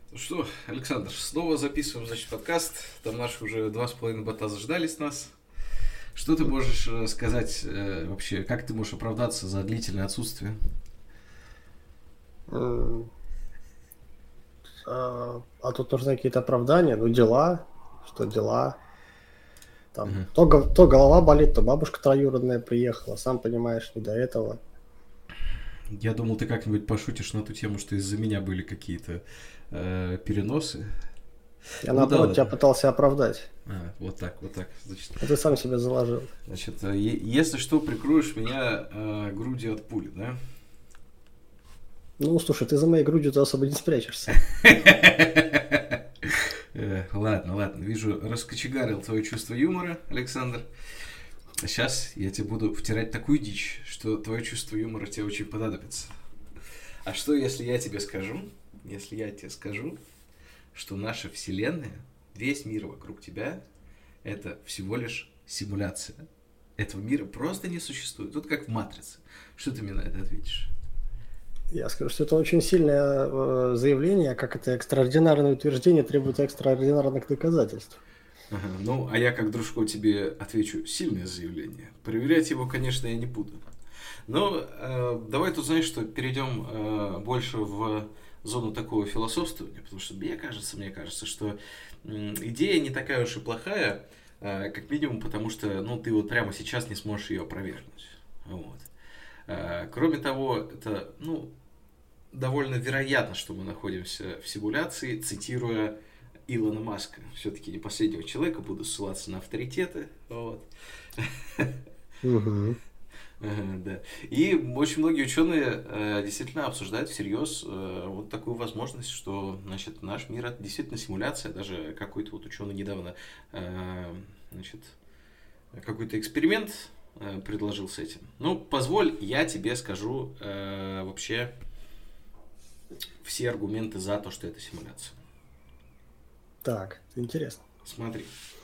Что, Александр, снова записываем, значит, подкаст. Там наши уже 2,5 бота заждались нас. Что ты можешь сказать вообще, как ты можешь оправдаться за длительное отсутствие? М, А тут нужны какие-то оправдания, ну дела, что дела. Там Мгм. то голова болит, то бабушка троюродная приехала, сам понимаешь, не до этого. Я думал, ты как-нибудь пошутишь на ту тему, что из-за меня были какие-то переносы. Я Ну да наоборот тебя ладно. пытался оправдать, Вот так, вот так. Значит, а ты сам себя заложил. если что, прикроешь меня грудью от пули, да? Ну, слушай, ты за моей грудью-то особо не спрячешься. Ладно, ладно. Вижу, раскочегарил твое чувство юмора, Александр. А сейчас я тебе буду втирать такую дичь, что твое чувство юмора тебе очень понадобится. А что, если я тебе скажу, что наша Вселенная, весь мир вокруг тебя, это всего лишь симуляция. Этого мира просто не существует. Тут как в «Матрице». Что ты мне на это ответишь? Я скажу, что это очень сильное заявление, как это экстраординарное утверждение требует экстраординарных доказательств. Ага, ну, а я как дружко тебе отвечу сильное заявление. Проверять его, конечно, я не буду. Но давай тут, знаешь, что перейдем больше в зону такого философствования, потому что мне кажется, что идея не такая уж и плохая, как минимум, потому что, ну, ты вот прямо сейчас не сможешь ее опровергнуть. Вот. Кроме того, это, ну, довольно вероятно, что мы находимся в симуляции, цитируя Илона Маска. Все-таки не последнего человека, буду ссылаться на авторитеты. Вот. Угу. Да. И очень многие ученые действительно обсуждают всерьез вот такую возможность, что, значит, наш мир это действительно симуляция. Даже какой-то вот ученый недавно значит, какой-то эксперимент предложил с этим. Ну, позволь, я тебе скажу вообще все аргументы за то, что это симуляция. Так, интересно. Смотри.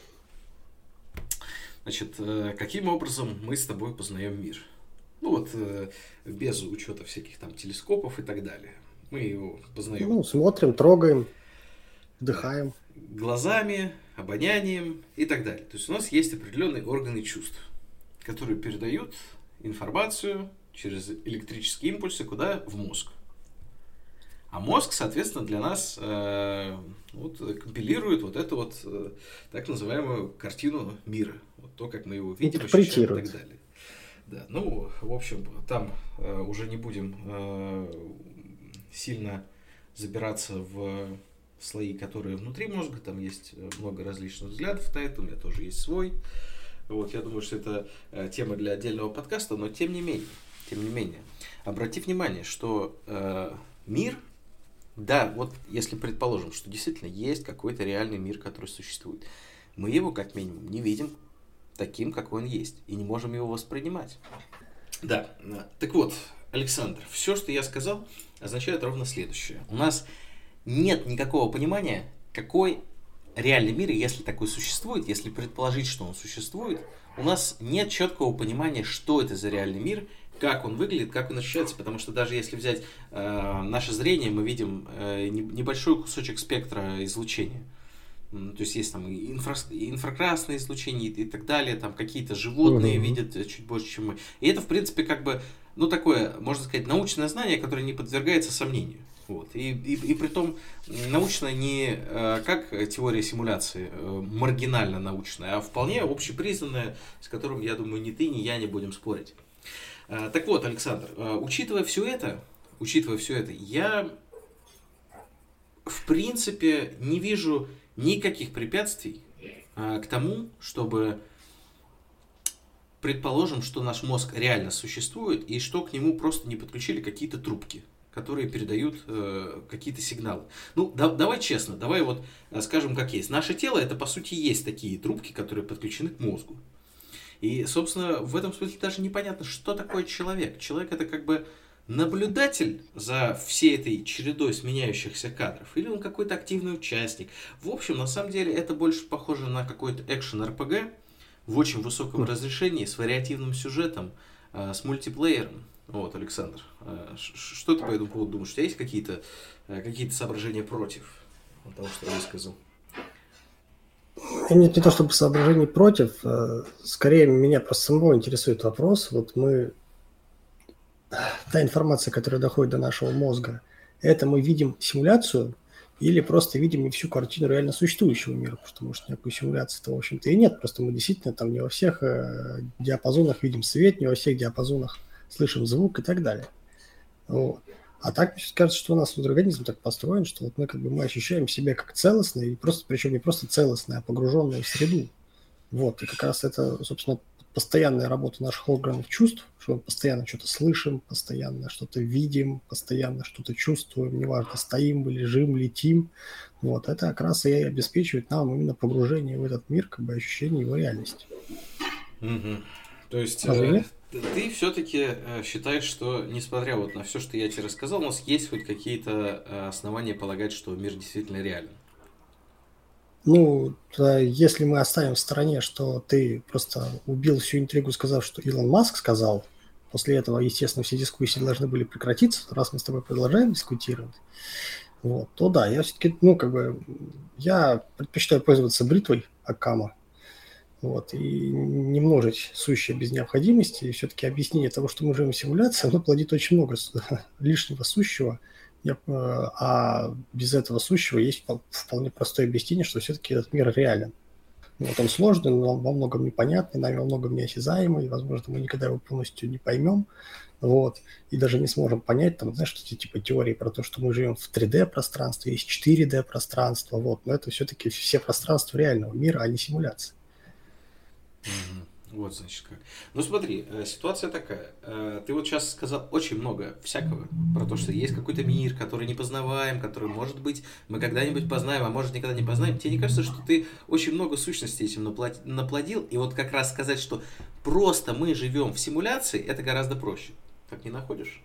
Значит, каким образом мы с тобой познаем мир? Ну вот, без учета всяких там телескопов и так далее. Мы его познаем, Ну, смотрим, трогаем, да, вдыхаем. глазами, обонянием и так далее. То есть у нас есть определенные органы чувств, которые передают информацию через электрические импульсы куда? В мозг. А мозг, соответственно, для нас вот, компилирует вот эту вот так называемую картину мира. Вот то, как мы его видим, ощущаем и так Интерпретирует. далее. Да, ну, в общем, там уже не будем сильно забираться в слои, которые внутри мозга. Там есть много различных взглядов на это, у меня тоже есть свой. Вот, я думаю, что это тема для отдельного подкаста, но тем не менее, обрати внимание, что мир, да, вот если предположим, что действительно есть какой-то реальный мир, который существует, мы его как минимум не видим таким, какой он есть, и не можем его воспринимать. Да, так вот, Александр, все, что я сказал, означает ровно следующее. У нас нет никакого понимания, какой реальный мир, и если такой существует, если предположить, что он существует, у нас нет четкого понимания, что это за реальный мир, как он выглядит, как он ощущается, потому что даже если взять наше зрение, мы видим небольшой кусочек спектра излучения. То есть есть там и инфракрасное излучение и так далее, там какие-то животные Угу. видят чуть больше, чем мы. И это, в принципе, как бы, ну, такое, можно сказать, научное знание, которое не подвергается сомнению. Вот. И при том научно не как теория симуляции, маргинально научная, а вполне общепризнанная, с которым, я думаю, ни ты, ни я не будем спорить. Так вот, Александр, учитывая все это, я в принципе не вижу никаких препятствий к тому, чтобы предположим, что наш мозг реально существует и что к нему просто не подключили какие-то трубки, которые передают какие-то сигналы. Ну, давай честно, давай вот скажем как есть. Наше тело это по сути есть такие трубки, которые подключены к мозгу. И, собственно, в этом смысле даже непонятно, что такое человек. Человек это как бы наблюдатель за всей этой чередой сменяющихся кадров, или он какой-то активный участник. В общем, на самом деле, это больше похоже на какой-то экшен-РПГ в очень высоком разрешении, с вариативным сюжетом, с мультиплеером. Вот, Александр, что ты по этому поводу думаешь? У тебя есть какие-то соображения против? того, что я высказал. Нет, не то чтобы соображений против, скорее меня просто самого интересует вопрос. Вот та информация, которая доходит до нашего мозга, это мы видим симуляцию или просто видим не всю картину реально существующего мира? Потому что никакой симуляции-то, в общем-то, и нет. Просто мы действительно там не во всех диапазонах видим свет, не во всех диапазонах слышим звук и так далее. Вот. А так, мне кажется, что у нас вот организм так построен, что вот мы ощущаем себя как целостные, и просто, причем не просто целостные, а погруженные в среду. Вот, и как раз это, собственно, постоянная работа наших органов чувств, что мы постоянно что-то слышим, постоянно что-то видим, постоянно что-то чувствуем, неважно, стоим мы, лежим, летим. Вот, это как раз и обеспечивает нам именно погружение в этот мир, как бы ощущение его реальности. Угу. То есть ты все-таки считаешь, что несмотря вот на все, что я тебе рассказал, у нас есть хоть какие-то основания полагать, что мир действительно реален? Ну, если мы оставим в стороне, что ты просто убил всю интригу, сказав, что Илон Маск сказал, после этого, естественно, все дискуссии должны были прекратиться, раз мы с тобой продолжаем дискутировать, вот, то да, я все-таки, я предпочитаю пользоваться бритвой Акама, вот, и не множить сущее без необходимости, и все-таки объяснение того, что мы живем в симуляции, оно плодит очень много лишнего сущего, а без этого сущего есть вполне простое объяснение, что все-таки этот мир реален. Вот он сложный, но во многом непонятный, нами во многом неосязаемый, возможно, мы никогда его полностью не поймем, вот, и даже не сможем понять, там, знаешь, что типа теории про то, что мы живем в 3D-пространстве, есть 4D-пространство, вот, но это все-таки все пространства реального мира, а не симуляции. Вот, значит, как. Ну, смотри, ситуация такая. Ты вот сейчас сказал очень много всякого про то, что есть какой-то мир, который не познаваем, который, может быть, мы когда-нибудь познаем, а может, никогда не познаем. Тебе не кажется, что ты очень много сущностей этим наплодил? И вот как раз сказать, что просто мы живем в симуляции, это гораздо проще. Так не находишь?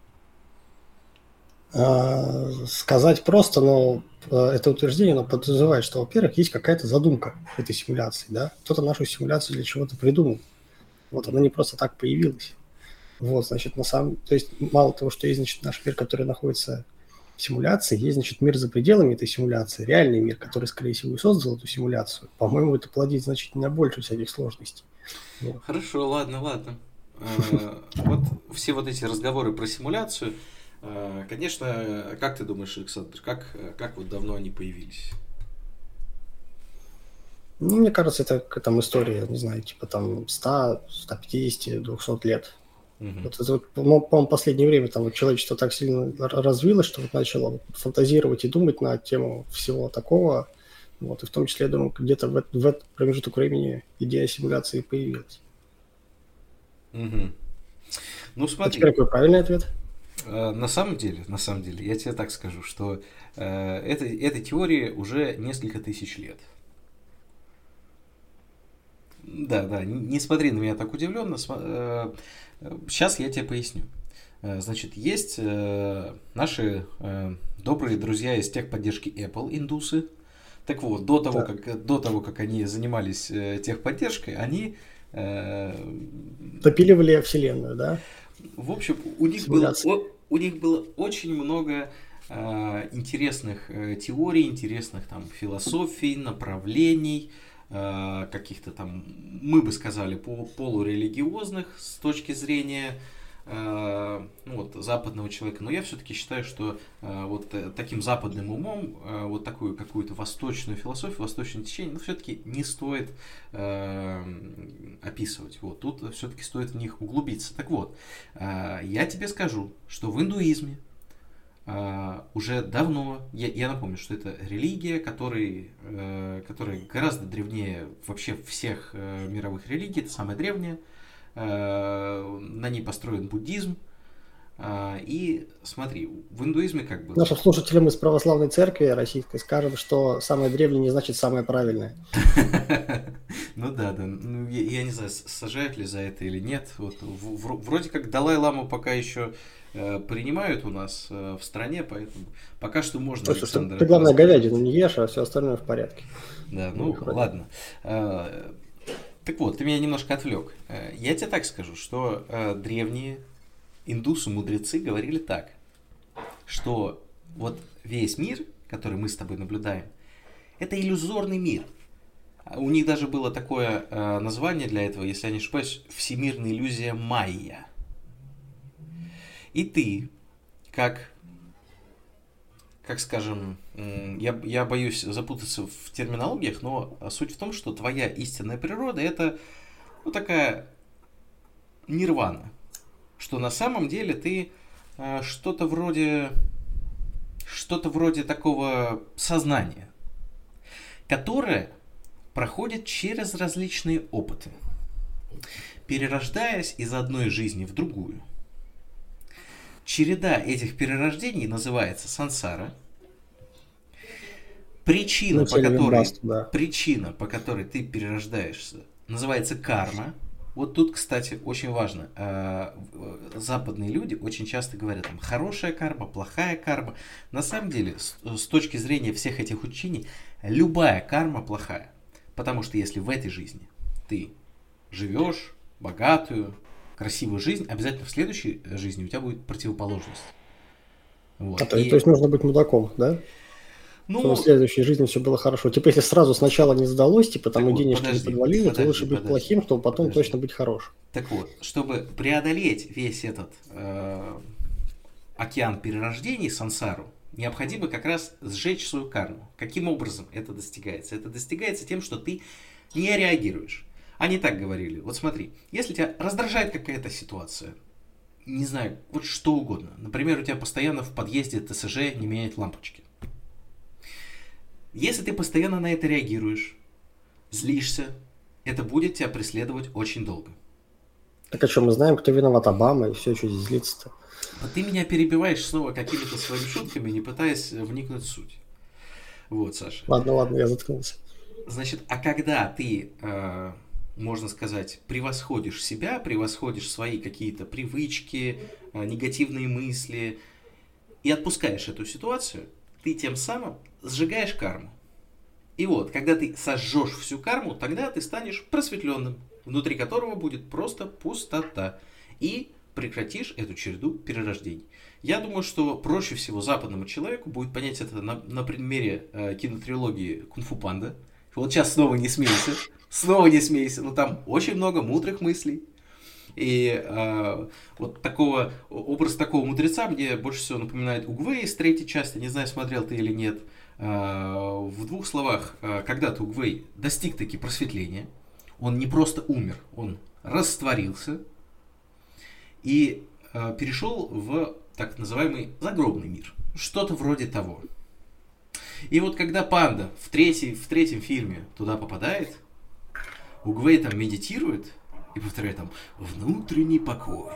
Сказать просто, но это утверждение, но подразумевает, что, во-первых, есть какая-то задумка этой симуляции, да, кто-то нашу симуляцию для чего-то придумал, вот, она не просто так появилась, вот, значит, то есть мало того, что есть, значит, наш мир, который находится в симуляции, есть, значит, мир за пределами этой симуляции, реальный мир, который, скорее всего, и создал эту симуляцию, по-моему, это плодит значительно больше всяких сложностей. Вот. Хорошо, ладно. Вот все вот эти разговоры про симуляцию, конечно, как ты думаешь, Александр, как вот давно они появились? Ну, мне кажется, это там история, не знаю, типа там 100, 150, 200 лет. Вот это вот, по-моему, в последнее время там вот человечество так сильно развилось, что вот начало фантазировать и думать на тему всего такого. Вот, и в том числе, я думаю, где-то в этот промежуток времени идея симуляции появилась. Ну, смотри. А теперь какой правильный ответ? На самом деле, я тебе так скажу, что этой теории уже несколько тысяч лет. Да, не смотри на меня так удивленно. Сейчас я тебе поясню. Значит, есть наши добрые друзья из техподдержки Apple, индусы. Так вот, до того, как они занимались техподдержкой, они допиливали Вселенную, да? В общем, у них было очень много интересных теорий, интересных там философий, направлений, каких-то там, мы бы сказали, полурелигиозных с точки зрения западного человека. Но я все-таки считаю, что вот таким западным умом вот такую какую-то восточную философию, восточное течение, все-таки не стоит описывать. Вот тут все-таки стоит в них углубиться. Так вот, я тебе скажу, что в индуизме уже давно, я напомню, что это религия, которая гораздо древнее вообще всех мировых религий, это самая древняя. На ней построен буддизм. И смотри, в индуизме как бы... Нашим слушателям из православной церкви российской скажем, что самое древнее не значит самое правильное. Ну да. Ну, я не знаю, сажают ли за это или нет. Вот, вроде как Далай-ламу пока еще принимают у нас в стране, поэтому пока что можно... Слушай, ты главное говядину не ешь, а все остальное в порядке. Да, ну ладно. Так вот, ты меня немножко отвлек. Я тебе так скажу, что древние индусы-мудрецы говорили так, что вот весь мир который мы с тобой наблюдаем, это иллюзорный мир. У них даже было такое название для этого, если я не ошибаюсь, всемирная иллюзия майя. И ты, как скажем, я боюсь запутаться в терминологиях, но суть в том, что твоя истинная природа это такая нирвана. Что на самом деле ты что-то вроде такого сознания, которое проходит через различные опыты, перерождаясь из одной жизни в другую. Череда этих перерождений называется сансара. Причина, по которой ты перерождаешься, называется карма. Вот тут, кстати, очень важно. Западные люди очень часто говорят, там, хорошая карма, плохая карма. На самом деле, с точки зрения всех этих учений, любая карма плохая. Потому что если в этой жизни ты живешь богатую, красивую жизнь, обязательно в следующей жизни у тебя будет противоположность. Вот. То есть нужно быть мудаком, да? Чтобы в следующей жизни все было хорошо. Типа, если сразу сначала не сдалось, типа, там и денежки не подвалили, то лучше быть плохим, чтобы потом точно быть хорошим. Так вот, чтобы преодолеть весь этот океан перерождений, сансару, необходимо как раз сжечь свою карму. Каким образом это достигается? Это достигается тем, что ты не реагируешь. Они так говорили. Вот смотри, если тебя раздражает какая-то ситуация, не знаю, вот что угодно. Например, у тебя постоянно в подъезде ТСЖ не меняют лампочки. Если ты постоянно на это реагируешь, злишься, это будет тебя преследовать очень долго. Так а что, мы знаем, кто виноват, Обама, и все, что здесь злиться-то? А ты меня перебиваешь снова какими-то своими шутками, не пытаясь вникнуть в суть. Вот, Саша. Ладно, я заткнулся. Значит, а когда ты, можно сказать, превосходишь себя, превосходишь свои какие-то привычки, негативные мысли и отпускаешь эту ситуацию, ты тем самым сжигаешь карму. И вот, когда ты сожжешь всю карму, тогда ты станешь просветленным, внутри которого будет просто пустота. И прекратишь эту череду перерождений. Я думаю, что проще всего западному человеку будет понять это на примере кинотрилогии «Кунг-фу панда». Вот сейчас снова не смейся, но там очень много мудрых мыслей. И вот образ такого мудреца мне больше всего напоминает Угвей из третьей части. Не знаю, смотрел ты или нет. В двух словах, когда-то Угвей достиг таки просветления. Он не просто умер, он растворился и перешел в так называемый загробный мир. Что-то вроде того. И вот когда панда в третьем фильме туда попадает, Угвей там медитирует и повторяет там внутренний покой.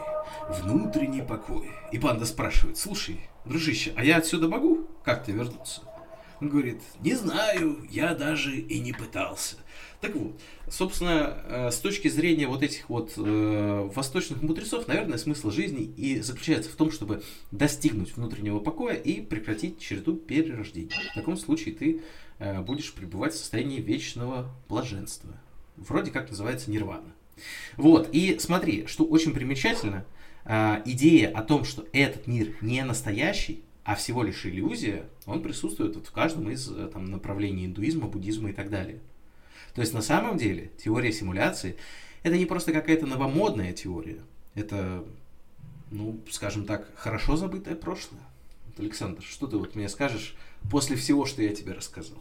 И панда спрашивает: слушай, дружище, а я отсюда могу как-то вернуться? Он говорит: не знаю, я даже и не пытался. Так вот, собственно, с точки зрения вот этих вот восточных мудрецов, наверное, смысл жизни и заключается в том, чтобы достигнуть внутреннего покоя и прекратить череду перерождений. В таком случае ты будешь пребывать в состоянии вечного блаженства. Вроде как называется нирвана. Вот, и смотри, что очень примечательно, идея о том, что этот мир не настоящий, а всего лишь иллюзия, он присутствует вот в каждом из направлений индуизма, буддизма и так далее. То есть на самом деле теория симуляции это не просто какая-то новомодная теория, это, скажем так, хорошо забытое прошлое. Вот, Александр, что ты вот мне скажешь после всего, что я тебе рассказал?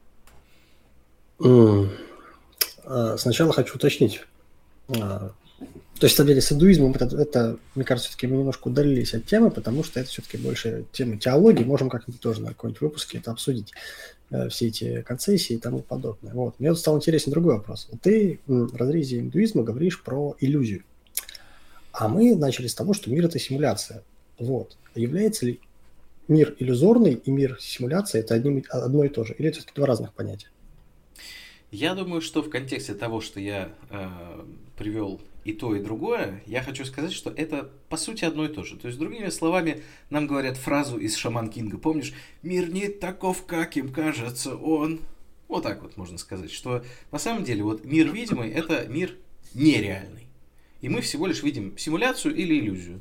Сначала хочу уточнить. То есть, на самом деле, с индуизмом это, мне кажется, все-таки мы немножко удалились от темы, потому что это все-таки больше тема теологии. Можем как-нибудь тоже на какой-нибудь выпуске это обсудить, все эти концессии и тому подобное. Вот. Мне стал интересен другой вопрос. Ты в разрезе индуизма говоришь про иллюзию. А мы начали с того, что мир – это симуляция. Вот. Является ли мир иллюзорный и мир симуляции – это одно и то же? Или это все-таки два разных понятия? Я думаю, что в контексте того, что я привел и то, и другое, я хочу сказать, что это по сути одно и то же. То есть, другими словами, нам говорят фразу из Шаман Кинга, помнишь? «Мир не таков, каким кажется он». Вот так вот можно сказать, что на самом деле вот мир видимый – это мир нереальный. И мы всего лишь видим симуляцию или иллюзию.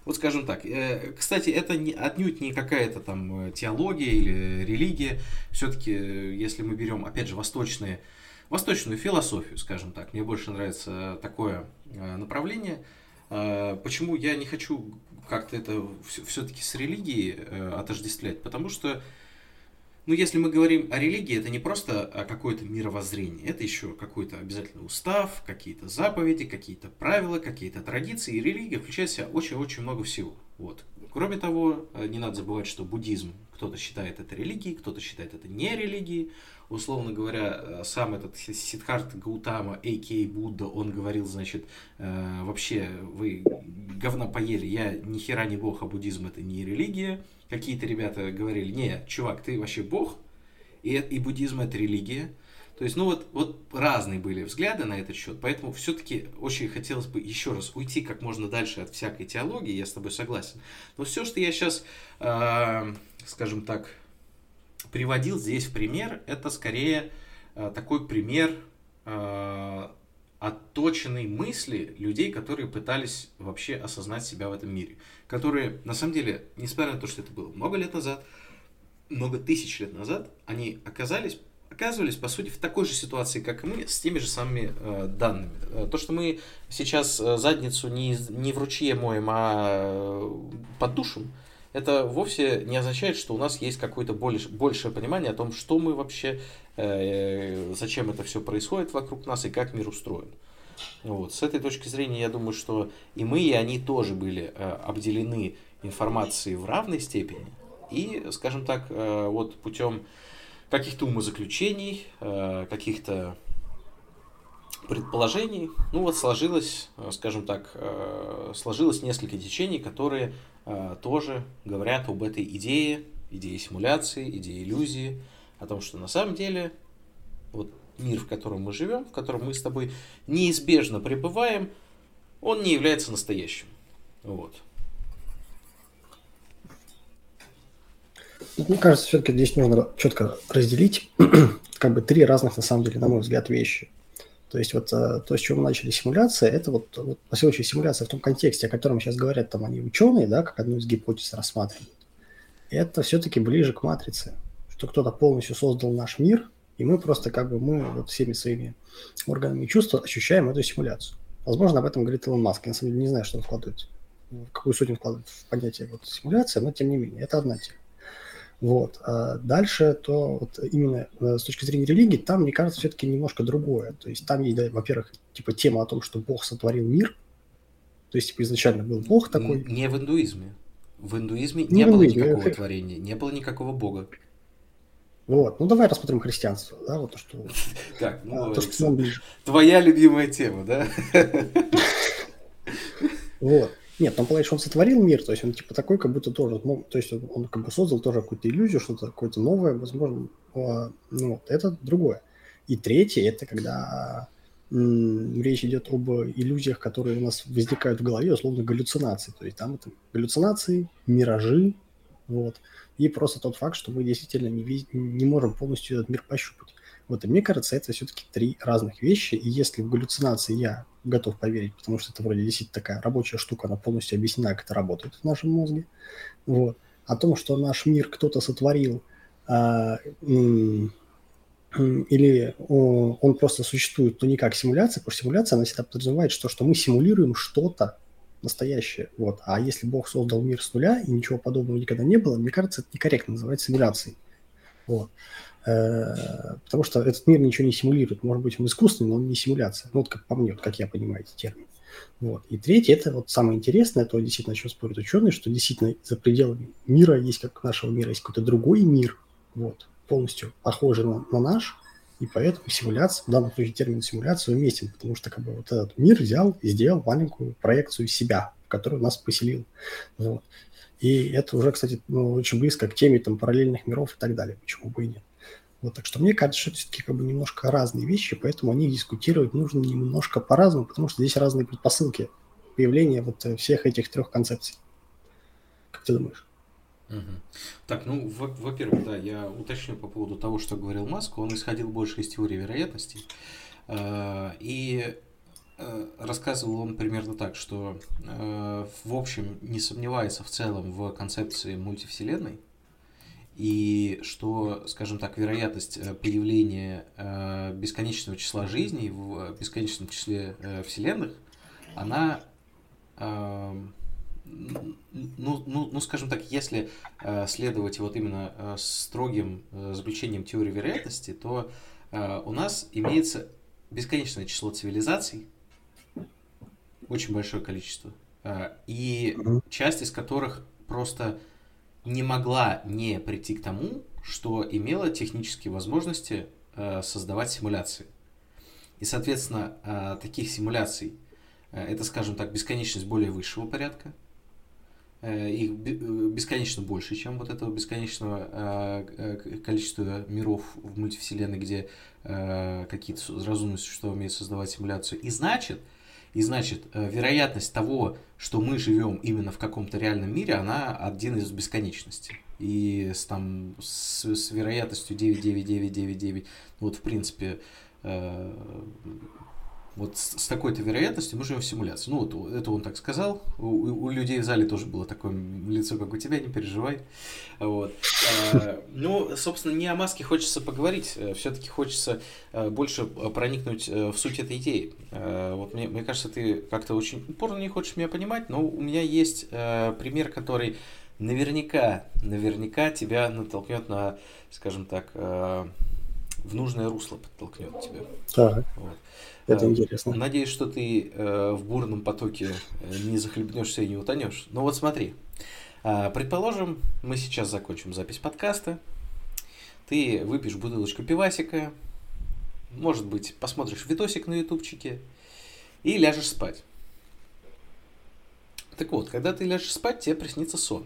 Вот скажем так, кстати, это отнюдь не какая-то там теология или религия. Все-таки, если мы берем, опять же, восточную философию, скажем так, мне больше нравится такое направление. Почему я не хочу как-то это все-таки с религией отождествлять? Потому что, ну, если мы говорим о религии, это не просто о какое-то мировоззрение, это еще какой-то обязательно устав, какие-то заповеди, какие-то правила, какие-то традиции. И религия включает в себя очень-очень много всего. Вот. Кроме того, не надо забывать, что буддизм, кто-то считает это религией, кто-то считает это не религией. Условно говоря, сам этот Сиддхартха Гаутама, а.к.а. Будда, он говорил, значит, вообще вы говна поели, я ни хера не бог, а буддизм это не религия. Какие-то ребята говорили, не, чувак, ты вообще бог, и буддизм это религия. То есть, ну вот разные были взгляды на этот счет, поэтому все-таки очень хотелось бы еще раз уйти как можно дальше от всякой теологии, я с тобой согласен. Но все, что я сейчас, скажем так, приводил здесь в пример, это скорее такой пример отточенной мысли людей, которые пытались вообще осознать себя в этом мире. Которые, на самом деле, несмотря на то, что это было много лет назад, много тысяч лет назад, они оказывались, по сути, в такой же ситуации, как и мы, с теми же самыми данными. То, что мы сейчас задницу не в ручье моем, а под душем, это вовсе не означает, что у нас есть какое-то большее понимание о том, что мы вообще, зачем это все происходит вокруг нас и как мир устроен. Вот. С этой точки зрения, я думаю, что и мы, и они тоже были обделены информацией в равной степени. И, скажем так, вот путем каких-то умозаключений, каких-то предположений, ну вот сложилось, скажем так, сложилось несколько течений, которые тоже говорят об этой идее симуляции, идее иллюзии, о том, что на самом деле вот мир, в котором мы живем, в котором мы с тобой неизбежно пребываем, он не является настоящим. Вот. Мне кажется, все-таки здесь нужно четко разделить как бы три разных, на самом деле, на мой взгляд, вещи. То есть вот то, с чего мы начали симуляция, это вот на всяком случае симуляция в том контексте, о котором сейчас говорят там они ученые, да, как одну из гипотез рассматривают. Это все-таки ближе к матрице, что кто-то полностью создал наш мир, и мы просто как бы мы вот всеми своими органами чувств ощущаем эту симуляцию. Возможно, об этом говорит Илон Маск. Я на самом деле не знаю, что он вкладывает, какую суть он вкладывает в понятие вот симуляция, но тем не менее, это одна тема. Вот. А дальше, то вот именно с точки зрения религии, там, мне кажется, все-таки немножко другое. То есть там есть, да, во-первых, типа тема о том, что Бог сотворил мир. То есть, типа, изначально был Бог такой. Не в индуизме. В индуизме не было никакого творения, не было никакого Бога. Вот. Ну, давай рассмотрим христианство, да, вот то, что... Так, ну, то, что нам ближе. Твоя любимая тема, да? Вот. Нет, там, понимаешь, он сотворил мир, то есть он типа такой, как будто тоже, ну, то есть он как бы создал тоже какую-то иллюзию, что-то какое-то новое, возможно, ну, это другое. И третье, это когда речь идет об иллюзиях, которые у нас возникают в голове, условно, галлюцинации. То есть там это галлюцинации, миражи, вот. И просто тот факт, что мы действительно не можем полностью этот мир пощупать. Вот, и мне кажется, это все-таки три разных вещи, и если в галлюцинации я готов поверить, потому что это вроде действительно такая рабочая штука, она полностью объяснена, как это работает в нашем мозге, вот, о том, что наш мир кто-то сотворил, или он просто существует, но не как симуляция, потому что симуляция, она всегда подразумевает, что мы симулируем что-то настоящее, вот, а если Бог создал мир с нуля, и ничего подобного никогда не было, мне кажется, это некорректно называть симуляцией, вот. Потому что этот мир ничего не симулирует. Может быть, он искусственный, но он не симуляция. Ну, вот как по мне, вот как я понимаю эти термины. Вот. И третье, это вот самое интересное, то действительно, о чем спорят ученые, что действительно за пределами мира есть, как нашего мира, есть какой-то другой мир, вот, полностью похожий на наш, и поэтому симуляция, в данном случае термин симуляция уместен, потому что как бы вот этот мир взял и сделал маленькую проекцию себя, в которую нас поселил. Вот. И это уже, кстати, очень близко к теме там, параллельных миров и так далее, почему бы и нет. Вот, так что мне кажется, что это все-таки как бы немножко разные вещи, поэтому о них дискутировать нужно немножко по-разному, потому что здесь разные предпосылки появления вот всех этих трех концепций. Как ты думаешь? Угу. Так, ну, во-первых, да, я уточню по поводу того, что говорил Маск. Он исходил больше из теории вероятностей. И Рассказывал он примерно так, что в общем не сомневается в целом в концепции мультивселенной, и что, скажем так, вероятность появления бесконечного числа жизней в бесконечном числе вселенных, она, скажем так, если следовать вот именно строгим заключением теории вероятности, то у нас имеется бесконечное число цивилизаций, очень большое количество, и часть из которых просто не могла не прийти к тому, что имела технические возможности создавать симуляции. И, соответственно, таких симуляций это, скажем так, бесконечность более высшего порядка. Их бесконечно больше, чем вот этого бесконечного количества миров в мультивселенной, где какие-то разумные существа умеют создавать симуляцию. И значит, вероятность того, что мы живем именно в каком-то реальном мире, она один из бесконечности. И с вероятностью 9,9999, вот в принципе, вот с такой-то вероятностью мы живем в симуляции. Ну, вот это он так сказал. У людей в зале тоже было такое лицо, как у тебя, не переживай. Вот. Ну, собственно, не о Маске хочется поговорить. Все-таки хочется больше проникнуть в суть этой идеи. Вот мне кажется, ты как-то очень упорно не хочешь меня понимать, но у меня есть пример, который наверняка тебя натолкнет на, скажем так, в нужное русло подтолкнет тебя. Так, вот. Это интересно. Надеюсь, что ты в бурном потоке не захлебнешься и не утонешь. Но вот смотри. Предположим, мы сейчас закончим запись подкаста. Ты выпьешь бутылочку пивасика, может быть, посмотришь видосик на ютубчике и ляжешь спать. Так вот, когда ты ляжешь спать, тебе приснится сон.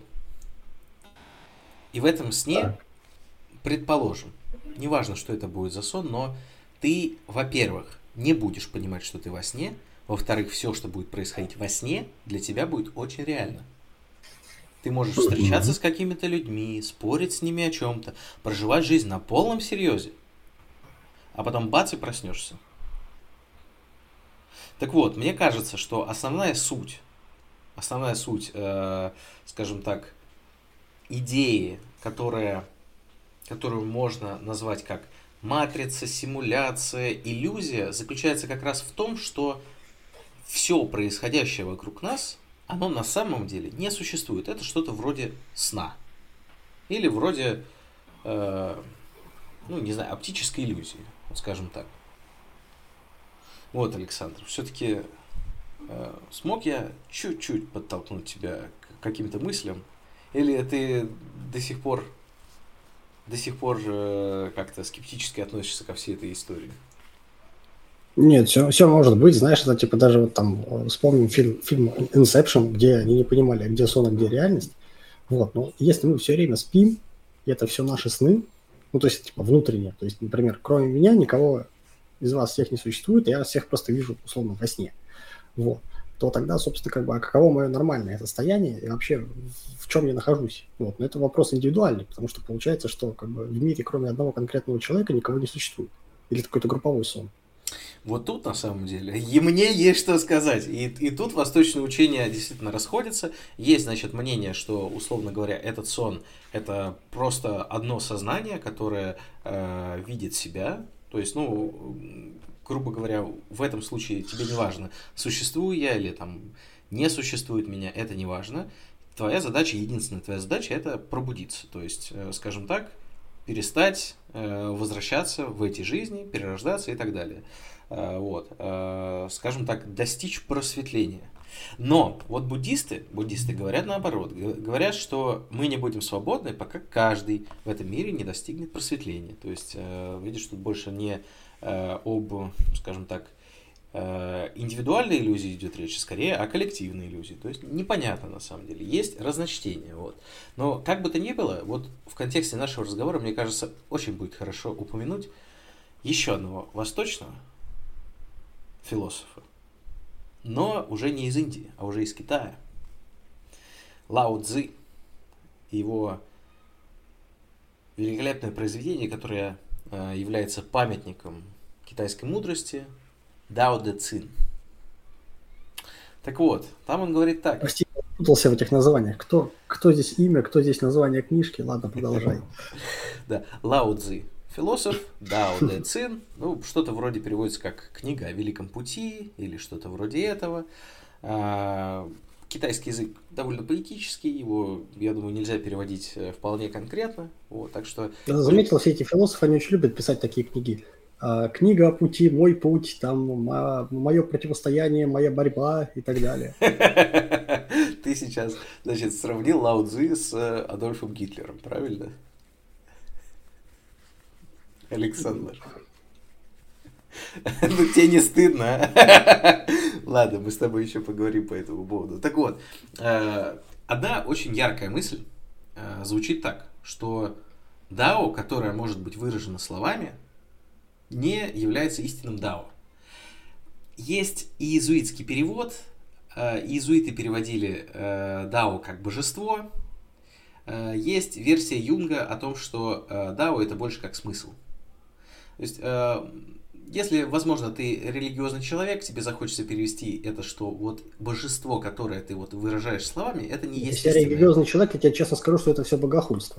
И в этом сне, предположим, неважно, что это будет за сон, но ты, во-первых, не будешь понимать, что ты во сне. Во-вторых, все, что будет происходить во сне, для тебя будет очень реально. Ты можешь встречаться с какими-то людьми, спорить с ними о чем-то, проживать жизнь на полном серьезе. А потом бац и проснешься. Так вот, мне кажется, что основная суть, скажем так, идеи, которую можно назвать как матрица, симуляция, иллюзия, заключается как раз в том, что все происходящее вокруг нас, оно на самом деле не существует. Это что-то вроде сна. Или вроде, оптической иллюзии, скажем так. Вот, Александр, все-таки смог я чуть-чуть подтолкнуть тебя к каким-то мыслям? Или ты до сих пор как-то скептически относишься ко всей этой истории? Нет, все может быть. Знаешь, это типа даже вот там вспомним фильм Inception, где они не понимали, где сон, а где реальность. Вот, но если мы все время спим, и это все наши сны, ну, то есть, типа, внутренние, то есть, например, кроме меня никого из вас всех не существует, я всех просто вижу, условно, во сне. Вот. То тогда, собственно, как бы, а каково мое нормальное состояние и вообще в чем я нахожусь? Вот. Но это вопрос индивидуальный, потому что получается, что как бы в мире, кроме одного конкретного человека, никого не существует. Или это какой-то групповой сон. Вот тут, на самом деле, и мне есть что сказать. И тут восточные учения действительно расходятся. Есть, значит, мнение, что, условно говоря, этот сон – это просто одно сознание, которое видит себя. То есть, грубо говоря, в этом случае тебе не важно, существую я или там не существует меня, это не важно. Единственная твоя задача – это пробудиться. То есть, скажем так, перестать возвращаться в эти жизни, перерождаться и так далее. Вот, скажем так, достичь просветления. Но вот буддисты говорят наоборот, говорят, что мы не будем свободны, пока каждый в этом мире не достигнет просветления. То есть, видишь, тут больше не об, скажем так, индивидуальной иллюзии идет речь, скорее о коллективной иллюзии. То есть непонятно на самом деле, есть разночтение. Вот. Но как бы то ни было, вот в контексте нашего разговора, мне кажется, очень будет хорошо упомянуть еще одного восточного философа, но уже не из Индии, а уже из Китая. Лао Цзы, его великолепное произведение, которое является памятником китайской мудрости, Дао Дэ Цин. Так вот, там он говорит так. Прости, я путался в этих названиях. Кто здесь имя, кто здесь название книжки? Ладно, продолжай. Да, Лао Цзи философ, Дао Дэ Цин, ну, что-то вроде переводится как «Книга о Великом Пути» или что-то вроде этого. Китайский язык довольно поэтический, его, я думаю, нельзя переводить вполне конкретно. Вот, так что... Я заметил, все эти философы, они очень любят писать такие книги. Книга о пути, мой путь, там, мое противостояние, моя борьба и так далее. Ты сейчас, значит, сравнил Лао Цзи с Адольфом Гитлером, правильно? Александр. Ну, тебе не стыдно, а? Ладно, мы с тобой еще поговорим по этому поводу. Так вот, одна очень яркая мысль звучит так, что дао, которое может быть выражено словами, не является истинным дао. Есть иезуитский перевод. Иезуиты переводили дао как божество. Есть версия Юнга о том, что дао это больше как смысл. То есть, если, возможно, ты религиозный человек, тебе захочется перевести это, что вот божество, которое ты вот выражаешь словами, это не есть истинное. Если я религиозный человек, я тебе честно скажу, что это все богохульство.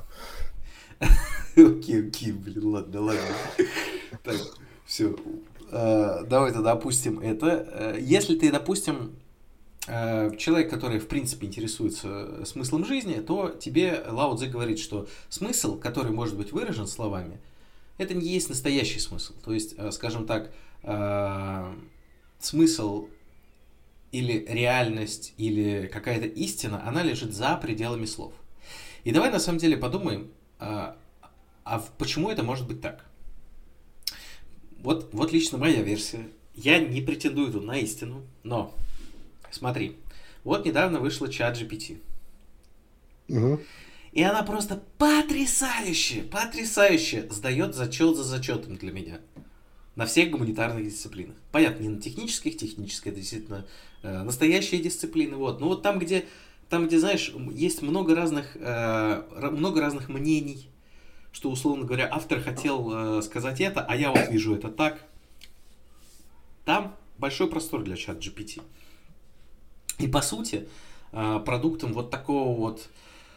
Окей, блин, ладно. Так, все. Давай тогда опустим это. Если ты, допустим, человек, который, в принципе, интересуется смыслом жизни, то тебе Лао Цзи говорит, что смысл, который может быть выражен словами, это не есть настоящий смысл. То есть, скажем так, смысл или реальность, или какая-то истина, она лежит за пределами слов. И давай на самом деле подумаем, почему это может быть так? Вот лично моя версия. Я не претендую тут на истину, но смотри, вот недавно вышла ChatGPT. Угу. И она просто потрясающе сдает зачет за зачетом для меня. На всех гуманитарных дисциплинах. Понятно, не на технических, техническая действительно настоящая дисциплина. Вот. Но вот там, где, знаешь, есть много разных мнений, что, условно говоря, автор хотел сказать это, а я вот вижу это так. Там большой простор для ChatGPT. И по сути, продуктом вот такого вот...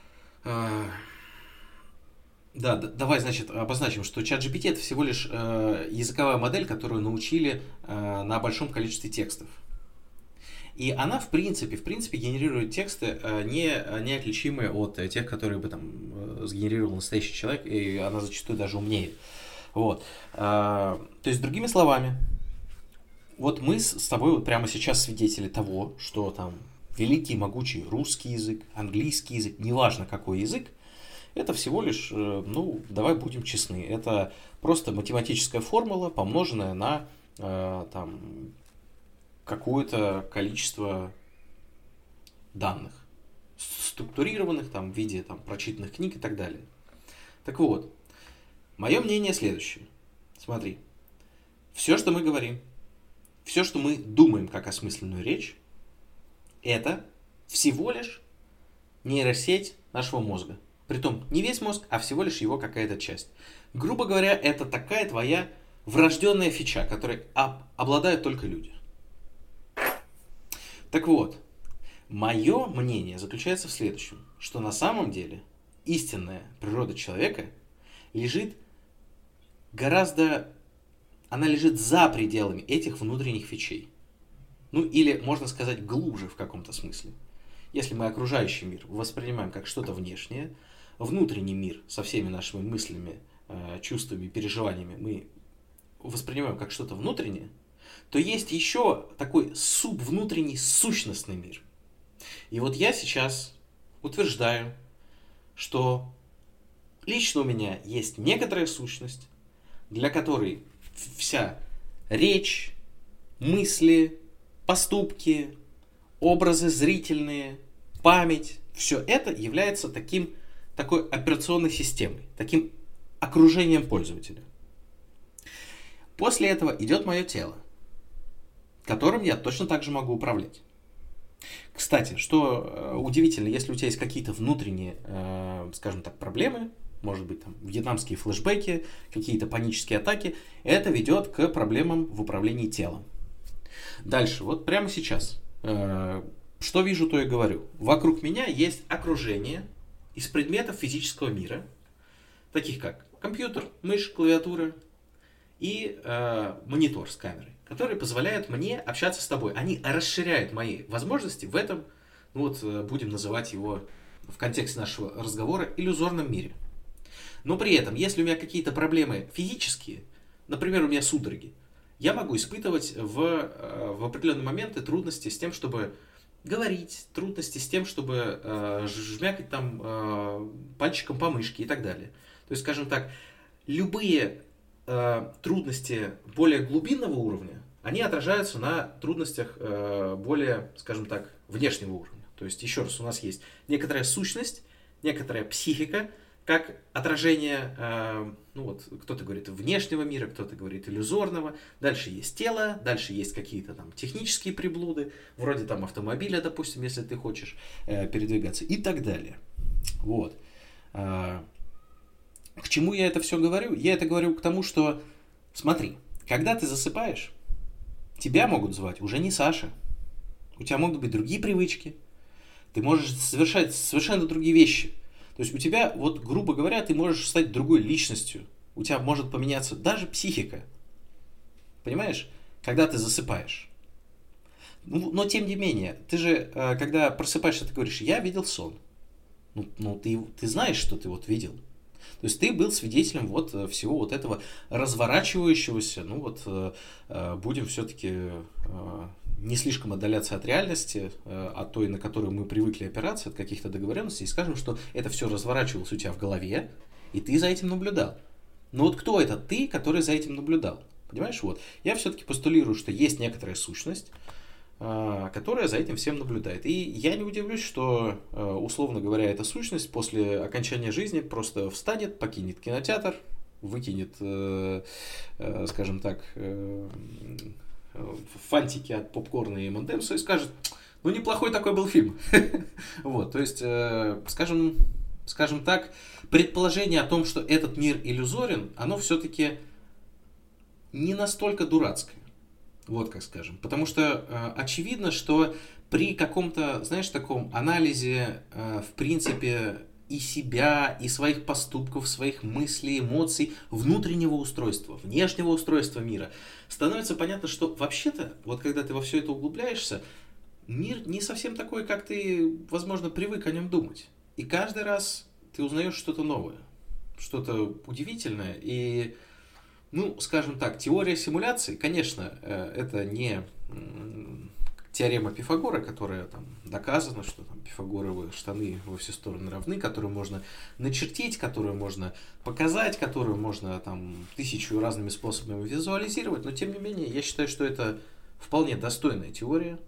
Да, давай, значит, обозначим, что ChatGPT это всего лишь языковая модель, которую научили на большом количестве текстов. И она, в принципе, генерирует тексты, неотличимые от тех, которые бы там сгенерировал настоящий человек, и она зачастую даже умнее. Вот. То есть, другими словами, вот мы с тобой вот прямо сейчас свидетели того, что там великий, могучий русский язык, английский язык, неважно какой язык, это всего лишь, ну, давай будем честны, это просто математическая формула, помноженная на там какое-то количество данных, структурированных там, в виде там, прочитанных книг и так далее. Так вот, мое мнение следующее. Смотри, все, что мы говорим, все, что мы думаем как осмысленную речь, это всего лишь нейросеть нашего мозга. Притом не весь мозг, а всего лишь его какая-то часть. Грубо говоря, это такая твоя врожденная фича, которой обладают только люди. Так вот, мое мнение заключается в следующем, что на самом деле истинная природа человека лежит она лежит за пределами этих внутренних фичей. Ну или, можно сказать, глубже в каком-то смысле. Если мы окружающий мир воспринимаем как что-то внешнее, внутренний мир со всеми нашими мыслями, чувствами, переживаниями мы воспринимаем как что-то внутреннее, то есть еще такой субвнутренний сущностный мир. И вот я сейчас утверждаю, что лично у меня есть некоторая сущность, для которой вся речь, мысли, поступки, образы зрительные, память, все это является такой операционной системой, таким окружением пользователя. После этого идет мое тело, которым я точно так же могу управлять. Кстати, что удивительно, если у тебя есть какие-то внутренние, скажем так, проблемы, может быть, там, вьетнамские флешбеки, какие-то панические атаки, это ведет к проблемам в управлении телом. Дальше, вот прямо сейчас Что вижу, то и говорю. Вокруг меня есть окружение из предметов физического мира, таких как компьютер, мышь, клавиатура и монитор с камерой, которые позволяют мне общаться с тобой. Они расширяют мои возможности в этом, ну вот будем называть его в контексте нашего разговора, иллюзорном мире. Но при этом, если у меня какие-то проблемы физические, например, у меня судороги, я могу испытывать в определенные моменты трудности с тем, чтобы говорить, трудности с тем, чтобы жмякать там пальчиком по мышке и так далее. То есть, скажем так, любые трудности более глубинного уровня, они отражаются на трудностях более, скажем так, внешнего уровня. То есть, еще раз, у нас есть некоторая сущность, некоторая психика, как отражение, ну вот, кто-то говорит внешнего мира, кто-то говорит иллюзорного. Дальше есть тело, дальше есть какие-то там технические приблуды, вроде там автомобиля, допустим, если ты хочешь передвигаться и так далее. Вот. К чему я это все говорю? Я это говорю к тому, что, смотри, когда ты засыпаешь, тебя могут звать уже не Саша. У тебя могут быть другие привычки. Ты можешь совершать совершенно другие вещи. То есть у тебя, вот грубо говоря, ты можешь стать другой личностью. У тебя может поменяться даже психика. Понимаешь? Когда ты засыпаешь. Но тем не менее, ты же, когда просыпаешься, ты говоришь, я видел сон. Ты знаешь, что ты вот видел. То есть ты был свидетелем вот всего вот этого разворачивающегося, ну вот будем все-таки не слишком отдаляться от реальности, от той, на которую мы привыкли опираться, от каких-то договоренностей, и скажем, что это все разворачивалось у тебя в голове, и ты за этим наблюдал. Но вот кто это ты, который за этим наблюдал? Понимаешь, вот. Я все-таки постулирую, что есть некоторая сущность, которая за этим всем наблюдает. И я не удивлюсь, что, условно говоря, эта сущность после окончания жизни просто встанет, покинет кинотеатр, выкинет, скажем так, фантики от попкорна и M&M's и скажет, ну, неплохой такой был фильм. Вот, то есть, скажем так, предположение о том, что этот мир иллюзорен, оно все-таки не настолько дурацкое. Вот как скажем. Потому что очевидно, что при каком-то, знаешь, таком анализе, в принципе, и себя, и своих поступков, своих мыслей, эмоций, внутреннего устройства, внешнего устройства мира, становится понятно, что вообще-то, вот когда ты во все это углубляешься, мир не совсем такой, как ты, возможно, привык о нем думать. И каждый раз ты узнаешь что-то новое, что-то удивительное, и ну, скажем так, теория симуляции, конечно, это не теорема Пифагора, которая там доказана, что там пифагоровые штаны во все стороны равны, которую можно начертить, которую можно показать, которую можно там 1000 разными способами визуализировать, но тем не менее, я считаю, что это вполне достойная теория,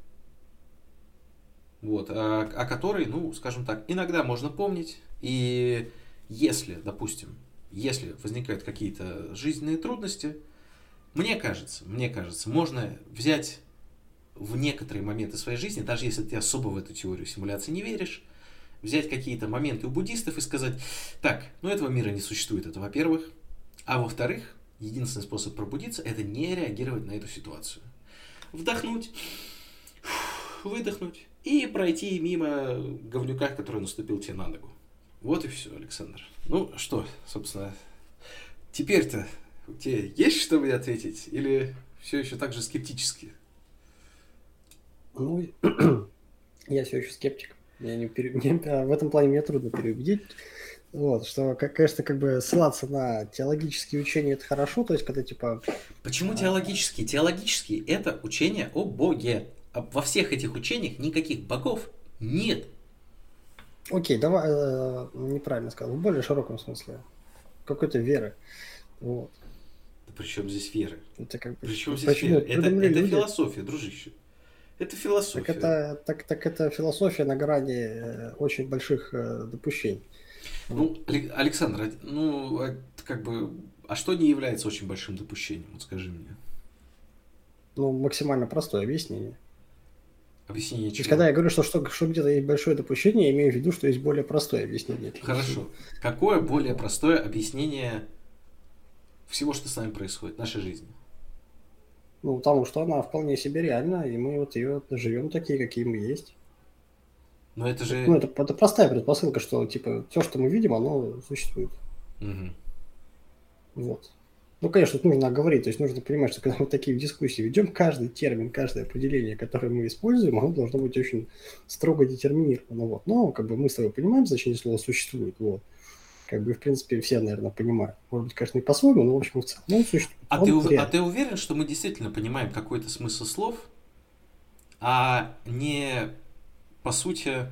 вот, о которой, ну, скажем так, иногда можно помнить, и если, допустим, если возникают какие-то жизненные трудности, мне кажется, можно взять в некоторые моменты своей жизни, даже если ты особо в эту теорию симуляции не веришь, взять какие-то моменты у буддистов и сказать, так, ну этого мира не существует, это во-первых, а во-вторых, единственный способ пробудиться, это не реагировать на эту ситуацию. Вдохнуть, выдохнуть и пройти мимо говнюка, который наступил тебе на ногу. Вот и все, Александр. Ну что, собственно, теперь-то тебе есть что мне ответить? Или все еще так же скептически? Ну, я все еще скептик. В этом плане мне трудно переубедить. Вот, что, конечно, как бы ссылаться на теологические учения это хорошо, то есть когда типа... Почему теологические? Теологические – это учение о Боге. А во всех этих учениях никаких богов нет. Окей, давай, неправильно сказал, в более широком смысле. Какой-то веры. Вот. Да при чем здесь вера? Это как бы... При чем здесь вера? Это философия, дружище. Это философия. Так это философия на грани очень больших допущений. Ну, Александр, ну, как бы, а что не является очень большим допущением? Вот скажи мне. Ну, максимально простое объяснение. Объяснение чего? То есть, когда я говорю, что где-то есть большое допущение, я имею в виду, что есть более простое объяснение. Хорошо. Какое более простое объяснение всего, что с нами происходит в нашей жизни? Ну, потому что она вполне себе реальна, и мы вот ее живем такие, какие мы есть. Но это Ну, же... это простая предпосылка, что, типа, все, что мы видим, оно существует. Мгм. Вот. Ну, конечно, тут нужно оговорить, то есть нужно понимать, что когда мы такие дискуссии ведем, каждый термин, каждое определение, которое мы используем, оно должно быть очень строго детерминировано. Вот. Но как бы мы с тобой понимаем значение слова «существует». Вот. Как бы, в принципе, все, наверное, понимают. Может быть, конечно, не по-своему, но, в общем, в целом, он существует. Он А реален. ты уверен, что мы действительно понимаем какой-то смысл слов, а не, по сути,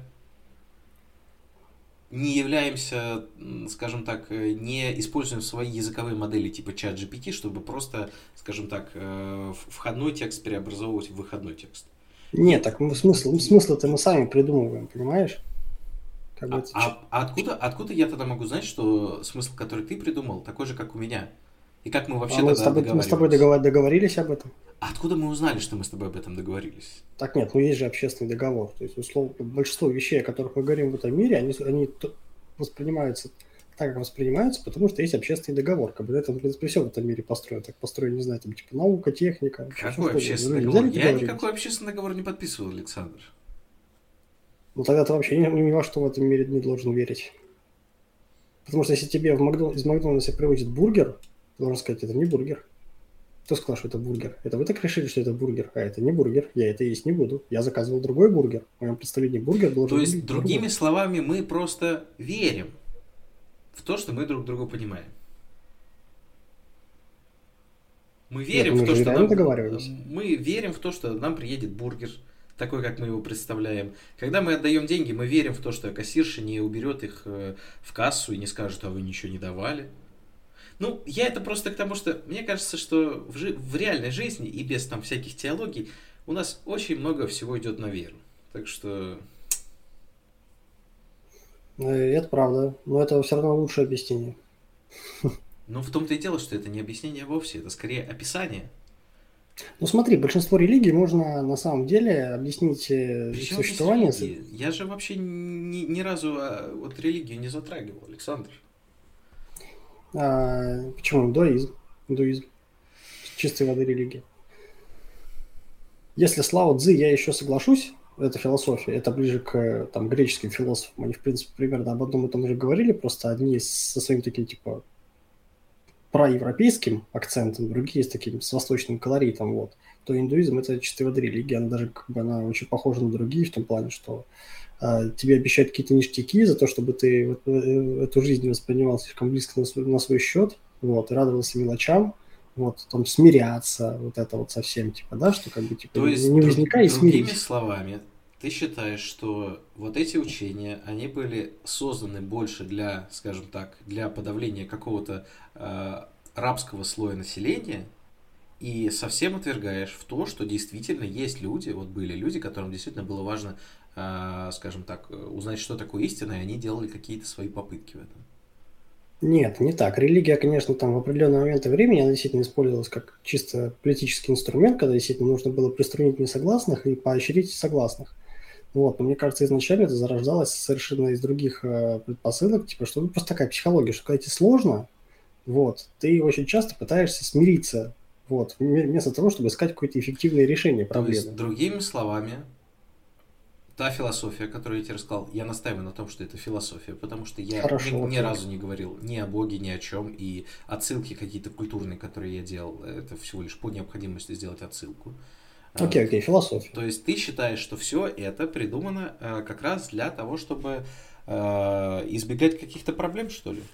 не являемся, скажем так, не используем свои языковые модели типа ChatGPT, чтобы просто, скажем так, входной текст преобразовывать в выходной текст? Нет, Не, так смысл-то мы сами придумываем, понимаешь? Как бы это откуда я тогда могу знать, что смысл, который ты придумал, такой же, как у меня? И как мы А вообще тогда мы с тобой договаривались? договорились об этом? А откуда мы узнали, что мы с тобой об этом договорились? Так нет, ну есть же общественный договор. То есть, условно, большинство вещей, о которых мы говорим в этом мире, они воспринимаются так, как воспринимаются, потому что есть общественный договор. Как бы это, в принципе, все в этом мире построено. Так построено, не знаю, там, типа наука, техника, все Какой что угодно. общественный Люди договор? взяли, Я договорились. никакой общественный договор не подписывал, Александр. Ну тогда ты вообще ни во что в этом мире не должен верить. Потому что если тебе из Макдональдса привозят бургер, ты должен сказать, это не бургер. Кто сказал, что это бургер? Это вы так решили, что это бургер, а это не бургер. Я это есть не буду. Я заказывал другой бургер. В моем представлении бургер То должен есть, выглядеть другими по-другому. словами, мы просто верим в то, что мы друг друга понимаем. Мы Нет, верим ну в мы то, же что реально нам, договаривались. мы верим в то, что нам приедет бургер, такой, как мы его представляем. Когда мы отдаем деньги, мы верим в то, что кассирша не уберет их в кассу и не скажет, а вы ничего не давали. Ну, я это просто к тому, что мне кажется, что в реальной жизни и без там всяких теологий у нас очень много всего идет на веру. Так что, Это правда. Но это все равно лучшее объяснение. ну, в том-то и дело, что это не объяснение вовсе, это скорее описание. Ну смотри, большинство религий можно на самом деле объяснить их Причем здесь существование. религии? Я же вообще ни разу вот религию не затрагивал, Александр. Почему? Индуизм. Индуизм. Чистой воды религия. Если с Лао Цзы я еще соглашусь, это философия, это ближе к там, греческим философам. Они, в принципе, примерно об одном и том же говорили, просто одни со своим таким, типа, проевропейским акцентом, другие с таким, с восточным колоритом, вот. То индуизм – это чистой воды религия, она даже, как бы, она очень похожа на другие в том плане, что тебе обещают какие-то ништяки за то, чтобы ты вот, эту жизнь воспринимал слишком близко на свой счет, вот, и радовался мелочам, вот, там, смиряться, вот это вот совсем, типа, да, что как бы, типа, То есть, не возникай и другими смирись. словами, ты считаешь, что вот эти учения, они были созданы больше для, скажем так, для подавления какого-то рабского слоя населения, и совсем отвергаешь в то, что действительно есть люди, вот были люди, которым действительно было важно, скажем так, узнать, что такое истина, и они делали какие-то свои попытки в этом. Нет, не так. Религия, конечно, там в определенные моменты времени, она действительно использовалась как чисто политический инструмент, когда действительно нужно было приструнить несогласных и поощрить согласных. Вот, но мне кажется, изначально это зарождалось совершенно из других предпосылок, типа, что ну, просто такая психология, что когда тебе сложно, вот, ты очень часто пытаешься смириться, вот, вместо того, чтобы искать какое-то эффективное решение То есть, проблемы. другими словами, та философия, которую я тебе рассказал, я настаиваю на том, что это философия, потому что я Хорошо, ни окей. разу не говорил ни о Боге, ни о чем, и отсылки какие-то культурные, которые я делал, это всего лишь по необходимости сделать отсылку. Окей, окей, философия. То есть ты считаешь, что все это придумано как раз для того, чтобы избегать каких-то проблем, что ли?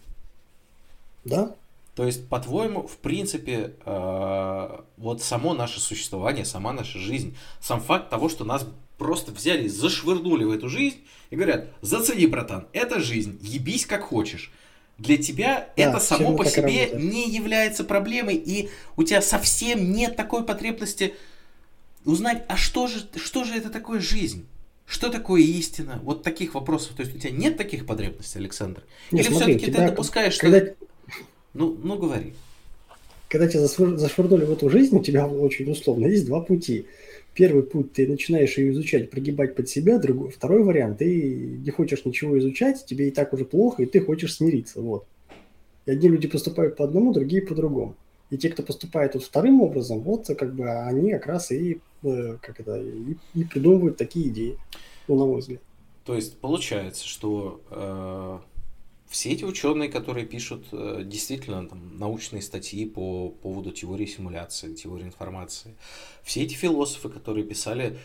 Да? То есть, по-твоему, в принципе, вот само наше существование, сама наша жизнь, сам факт того, что нас просто взяли и зашвырнули в эту жизнь и говорят, зацени, братан, это жизнь, ебись как хочешь. Для тебя это Да, все само мы по так и себе работаем. не является проблемой, и у тебя совсем нет такой потребности узнать, а что же это такое жизнь? Что такое истина? Вот таких вопросов. То есть у тебя нет таких потребностей, Александр? Не, Или смотри, у все-таки ты тебя, допускаешь, что... когда, Ну говори. когда тебя зашвырнули в эту жизнь, у тебя очень условно есть два пути. Первый путь, ты начинаешь ее изучать, прогибать под себя. Второй вариант, ты не хочешь ничего изучать, тебе и так уже плохо, и ты хочешь смириться. Вот. И одни люди поступают по одному, другие по другому. И те, кто поступает вот вторым образом, вот как бы они как раз и, и придумывают такие идеи, ну, на мой взгляд. То есть получается, что все эти ученые, которые пишут действительно там, научные статьи по поводу теории симуляции, теории информации, все эти философы, которые писали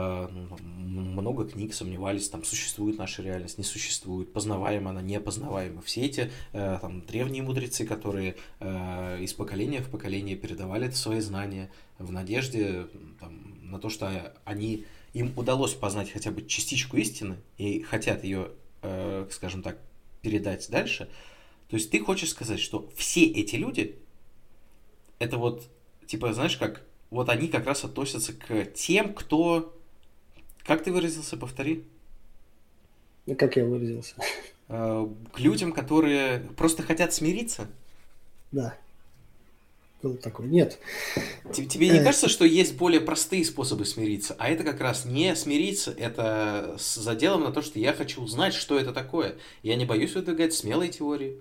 много книг, сомневались, там существует наша реальность, не существует, познаваема она, непознаваема. Все эти там, древние мудрецы, которые из поколения в поколение передавали свои знания в надежде там, на то, что им удалось познать хотя бы частичку истины и хотят ее, скажем так, передать дальше. То есть ты хочешь сказать, что все эти люди, это вот, типа, знаешь, как, вот они как раз относятся к тем, кто... Как ты выразился, повтори? Ну, как я выразился? К людям, которые просто хотят смириться? Да, был такой. Нет. Тебе не кажется, что есть более простые способы смириться, а это как раз не смириться, это с заделом на то, что я хочу узнать, что это такое. Я не боюсь выдвигать смелые теории.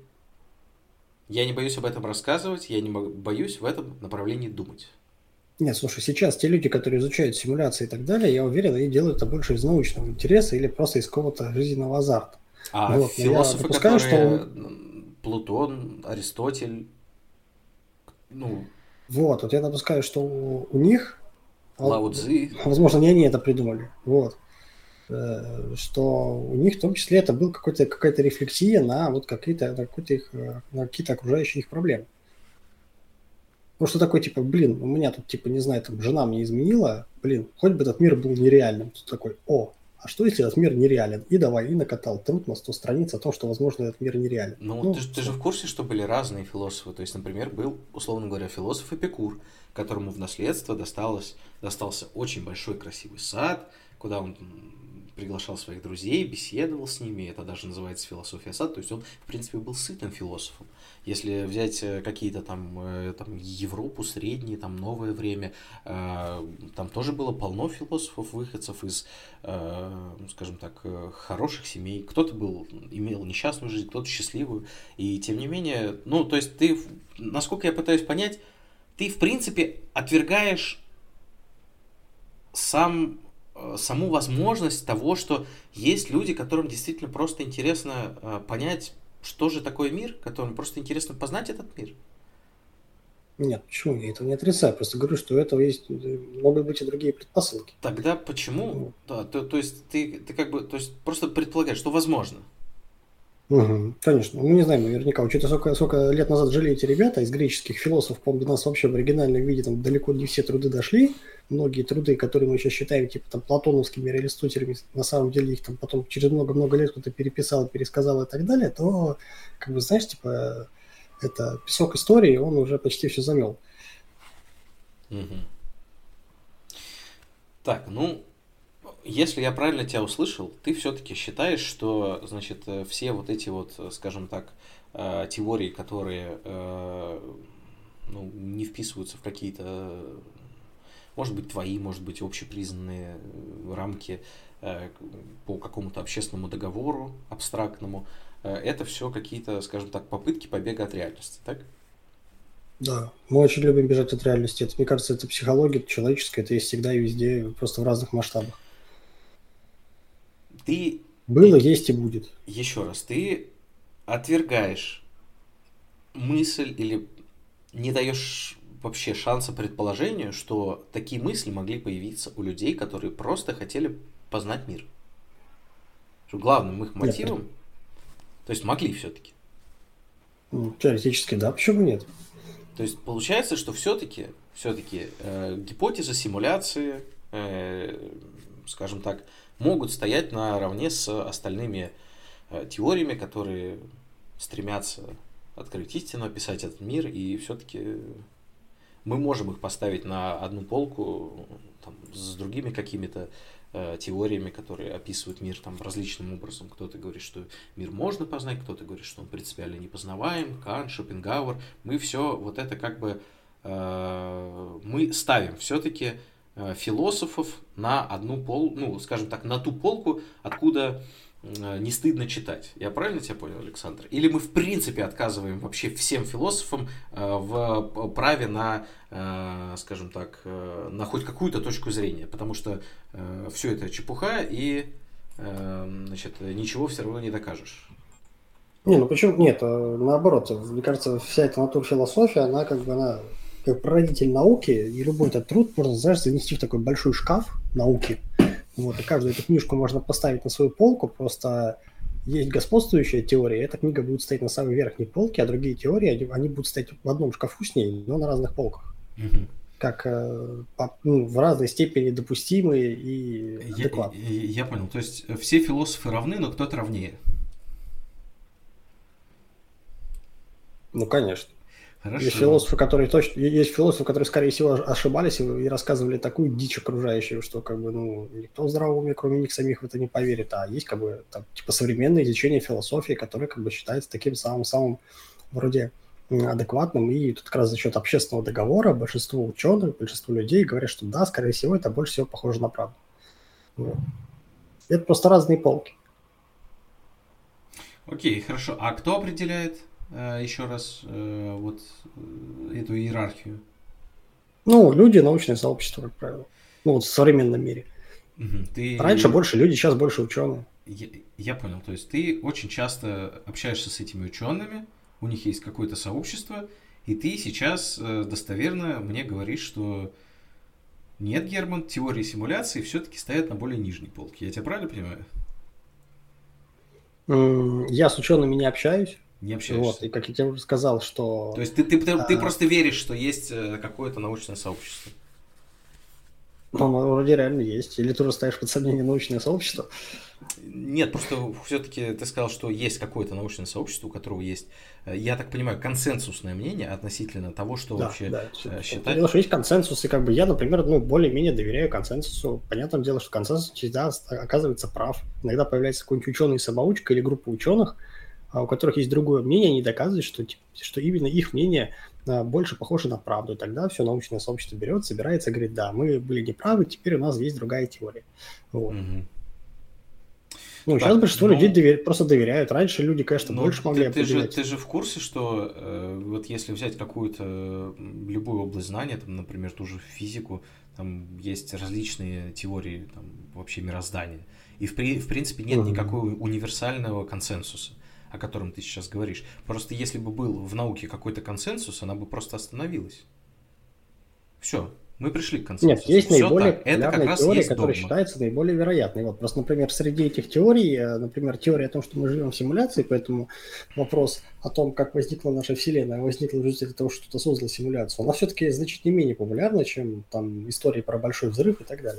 Я не боюсь об этом рассказывать, я не боюсь в этом направлении думать. Нет, слушай, сейчас те люди, которые изучают симуляции и так далее, я уверен, они делают это больше из научного интереса или просто из какого-то жизненного азарта. А Вот. Но я философы, допускаю, которые что Плутон, Аристотель, ну, вот я допускаю, что у них, Лао Цзи, возможно, не они это придумали, вот, что у них в том числе это был какая-то рефлексия на вот на какие-то окружающие их проблемы. Ну, что такое, типа, блин, у меня тут, типа, не знаю, там, жена мне изменила, блин, хоть бы этот мир был нереальным. Тут такой, а что если этот мир нереален? И давай, и накатал труд на 100 страниц о том, что, возможно, этот мир нереален. ну, ты же в курсе, что были разные философы. То есть, например, был, условно говоря, философ Эпикур, которому в наследство достался очень большой красивый сад, куда он приглашал своих друзей, беседовал с ними, это даже называется философия сада, то есть он, в принципе, был сытым философом. Если взять какие-то там Европу, средние, там новое время, там тоже было полно философов, выходцев из, скажем так, хороших семей. Кто-то имел несчастную жизнь, кто-то счастливую, и тем не менее, ну, то есть ты, насколько я пытаюсь понять, ты, в принципе, отвергаешь саму возможность того, что есть люди, которым действительно просто интересно понять, что же такое мир, которым просто интересно познать этот мир. Нет, почему? Я этого не отрицаю. Просто говорю, что у этого могут быть и другие предпосылки. Тогда почему? Да, то есть ты как бы, то есть просто предполагаешь, что возможно. Угу, конечно. Мы не знаем наверняка. Учитывая, сколько лет назад жили эти ребята из греческих философов, по-моему, до нас вообще в оригинальном виде там далеко не все труды дошли. Многие труды, которые мы сейчас считаем типа там платоновскими или аристотелевыми, на самом деле их там потом через много-много лет кто-то переписал, пересказал и так далее, то, как бы, знаешь, типа, это песок истории, он уже почти все замел. Угу. Так, ну, если я правильно тебя услышал, ты все-таки считаешь, что, значит, все вот эти вот, скажем так, теории, которые ну, не вписываются в какие-то, может быть, твои, может быть, общепризнанные рамки по какому-то общественному договору абстрактному, это все какие-то, скажем так, попытки побега от реальности, так? Да, мы очень любим бежать от реальности. Это, мне кажется, это психология человеческая, это есть всегда и везде, просто в разных масштабах. Ты, Было, есть и будет. еще раз, ты отвергаешь мысль или не даешь вообще шанса предположению, что такие мысли могли появиться у людей, которые просто хотели познать мир. Что главным их Нет, мотивом, то есть могли все-таки. теоретически, да, почему нет? То есть получается, что все-таки гипотезы симуляции, скажем так, могут стоять наравне с остальными теориями, которые стремятся открыть истину, описать этот мир, и все-таки мы можем их поставить на одну полку там, с другими какими-то теориями, которые описывают мир там различным образом. Кто-то говорит, что мир можно познать, кто-то говорит, что он принципиально непознаваем, Кант, Шопенгауэр. Мы все вот это как бы мы ставим все-таки философов на одну полку, ну, скажем так, на ту полку, откуда не стыдно читать. Я правильно тебя понял, Александр? Или мы в принципе отказываем вообще всем философам в праве на, скажем так, на хоть какую-то точку зрения, потому что все это чепуха и значит, ничего все равно не докажешь. Не, ну почему? Нет, наоборот, мне кажется, вся эта натурфилософия, она как прародитель науки, и любой этот труд можно, знаешь, занести в такой большой шкаф науки. Вот, и каждую эту книжку можно поставить на свою полку, просто есть господствующая теория, эта книга будет стоять на самой верхней полке, а другие теории, они будут стоять в одном шкафу с ней, но на разных полках. Как в разной степени допустимые и адекватные. Я понял. То есть все философы равны, но кто-то равнее. Ну, конечно. Хорошо. Есть философы, которые, скорее всего, ошибались и рассказывали такую дичь окружающую, что никто в здравом уме, кроме них самих, в это не поверит. А есть современное изучение философии, которое считается таким самым вроде адекватным. И тут как раз за счет общественного договора большинство ученых, большинство людей говорят, что да, скорее всего, это больше всего похоже на правду. Вот. Это просто разные полки. Окей, хорошо. А кто определяет еще раз вот эту иерархию? Люди, научное сообщество, как правило. В современном мире. Раньше больше люди, сейчас больше ученые. Я понял. То есть ты очень часто общаешься с этими учеными, у них есть какое-то сообщество, и ты сейчас достоверно мне говоришь, что нет, Герман, теории симуляции все-таки стоят на более нижней полке. Я тебя правильно понимаю? Я с учеными не общаюсь. Не общаешься. Вот, и как я тебе уже сказал, что... То есть ты просто веришь, что есть какое-то научное сообщество? Ну, вроде реально есть. Или ты уже ставишь под сомнение научное сообщество? Нет, просто все-таки ты сказал, что есть какое-то научное сообщество, у которого есть, я так понимаю, консенсусное мнение относительно того, что вообще считать. Дело, что есть консенсус, и я, например, более-менее доверяю консенсусу. Понятное дело, что консенсус всегда оказывается прав. Иногда появляется какой-нибудь ученый-самоучка или группа ученых, у которых есть другое мнение, они доказывают, что именно их мнение больше похоже на правду. И тогда все научное сообщество берет, собирается и говорит, да, мы были неправы, теперь у нас есть другая теория. Вот. Сейчас большинство людей просто доверяют. Раньше люди, конечно, больше могли определять. Ты же в курсе, что вот если взять какую-то любую область знания, там, например, ту же физику, там есть различные теории там, вообще мироздания. И в принципе нет никакого универсального консенсуса, о котором ты сейчас говоришь. Просто если бы был в науке какой-то консенсус, она бы просто остановилась. Все. Мы пришли к консенсусу. Нет, есть наиболее популярная теория, которая считается наиболее вероятной. Вот просто, например, среди этих теорий, например, теория о том, что мы живем в симуляции, поэтому вопрос о том, как возникла наша Вселенная, возникла в результате того, что кто-то создал симуляцию, она все-таки значительно менее популярна, чем там истории про большой взрыв и так далее.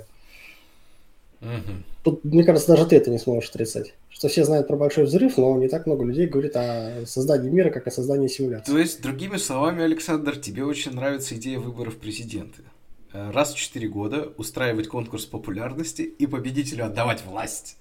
Тут, мне кажется, даже ты это не сможешь отрицать. Что все знают про большой взрыв, но не так много людей говорит о создании мира, как о создании симуляции. То есть, другими словами, Александр, тебе очень нравится идея выборов президента. Раз в 4 года устраивать конкурс популярности и победителю отдавать власть.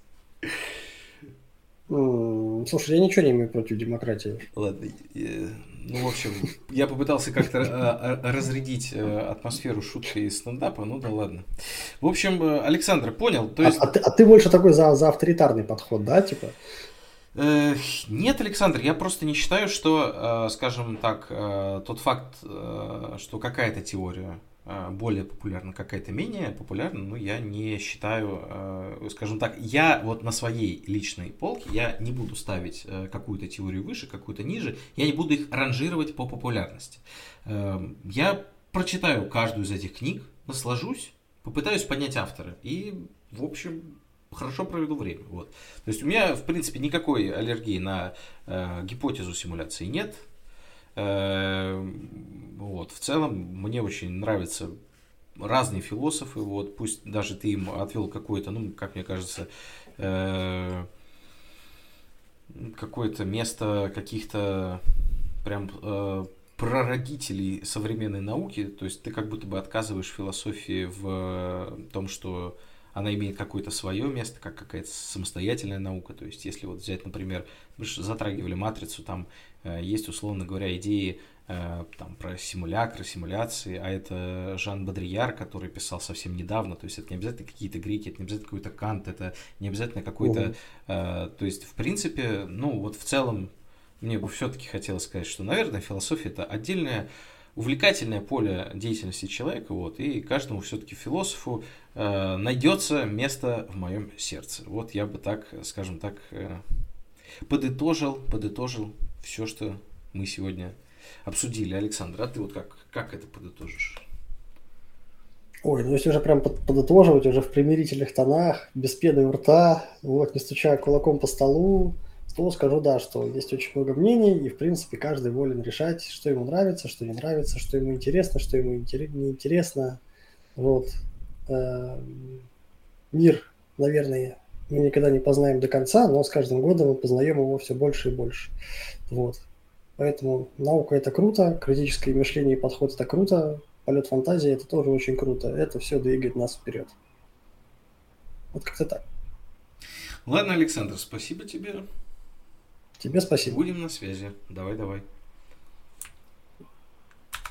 Слушай, я ничего не имею против демократии. Ладно, в общем, я попытался как-то разрядить атмосферу шуткой из стендапа, ну да ладно. В общем, Александр, понял, то есть... А ты больше такой за авторитарный подход, да, типа? Нет, Александр, я просто не считаю, что, скажем так, тот факт, что какая-то теория более популярна, какая-то менее популярна, я не считаю, скажем так, я вот на своей личной полке, я не буду ставить какую-то теорию выше, какую-то ниже, я не буду их ранжировать по популярности. Я прочитаю каждую из этих книг, наслажусь, попытаюсь понять автора и, в общем, хорошо проведу время. Вот. То есть у меня, в принципе, никакой аллергии на гипотезу симуляции нет. Вот. В целом, мне очень нравятся разные философы. Вот. Пусть даже ты им отвел какое-то, как мне кажется, какое-то место каких-то прям прародителей современной науки. То есть ты как будто бы отказываешь философии в том, что она имеет какое-то свое место, как какая-то самостоятельная наука. То есть, если вот взять, например, мы же затрагивали матрицу, там есть, условно говоря, идеи там про симулякры, симуляции, а это Жан Бодрияр, который писал совсем недавно, то есть это не обязательно какие-то греки, это не обязательно какой-то Кант, это не обязательно какой-то, то есть в принципе, ну вот в целом мне бы все-таки хотелось сказать, что, наверное, философия это отдельное увлекательное поле деятельности человека, вот, и каждому все-таки философу найдется место в моем сердце. Вот я бы так, скажем так, подытожил все, что мы сегодня обсудили. Александр, а ты вот как это подытожишь? Ой, ну если уже прям подытоживать, уже в примирительных тонах, без пены у рта, вот, не стуча кулаком по столу, то скажу, да, что есть очень много мнений, и, в принципе, каждый волен решать, что ему нравится, что не нравится, что ему интересно, что ему не интересно. Вот. Мир, наверное, мы никогда не познаем до конца, но с каждым годом мы познаем его все больше и больше. Вот. Поэтому наука – это круто, критическое мышление и подход – это круто, полет фантазии – это тоже очень круто. Это все двигает нас вперед. Вот как-то так. Ладно, Александр, спасибо тебе. Тебе спасибо. Будем на связи. Давай.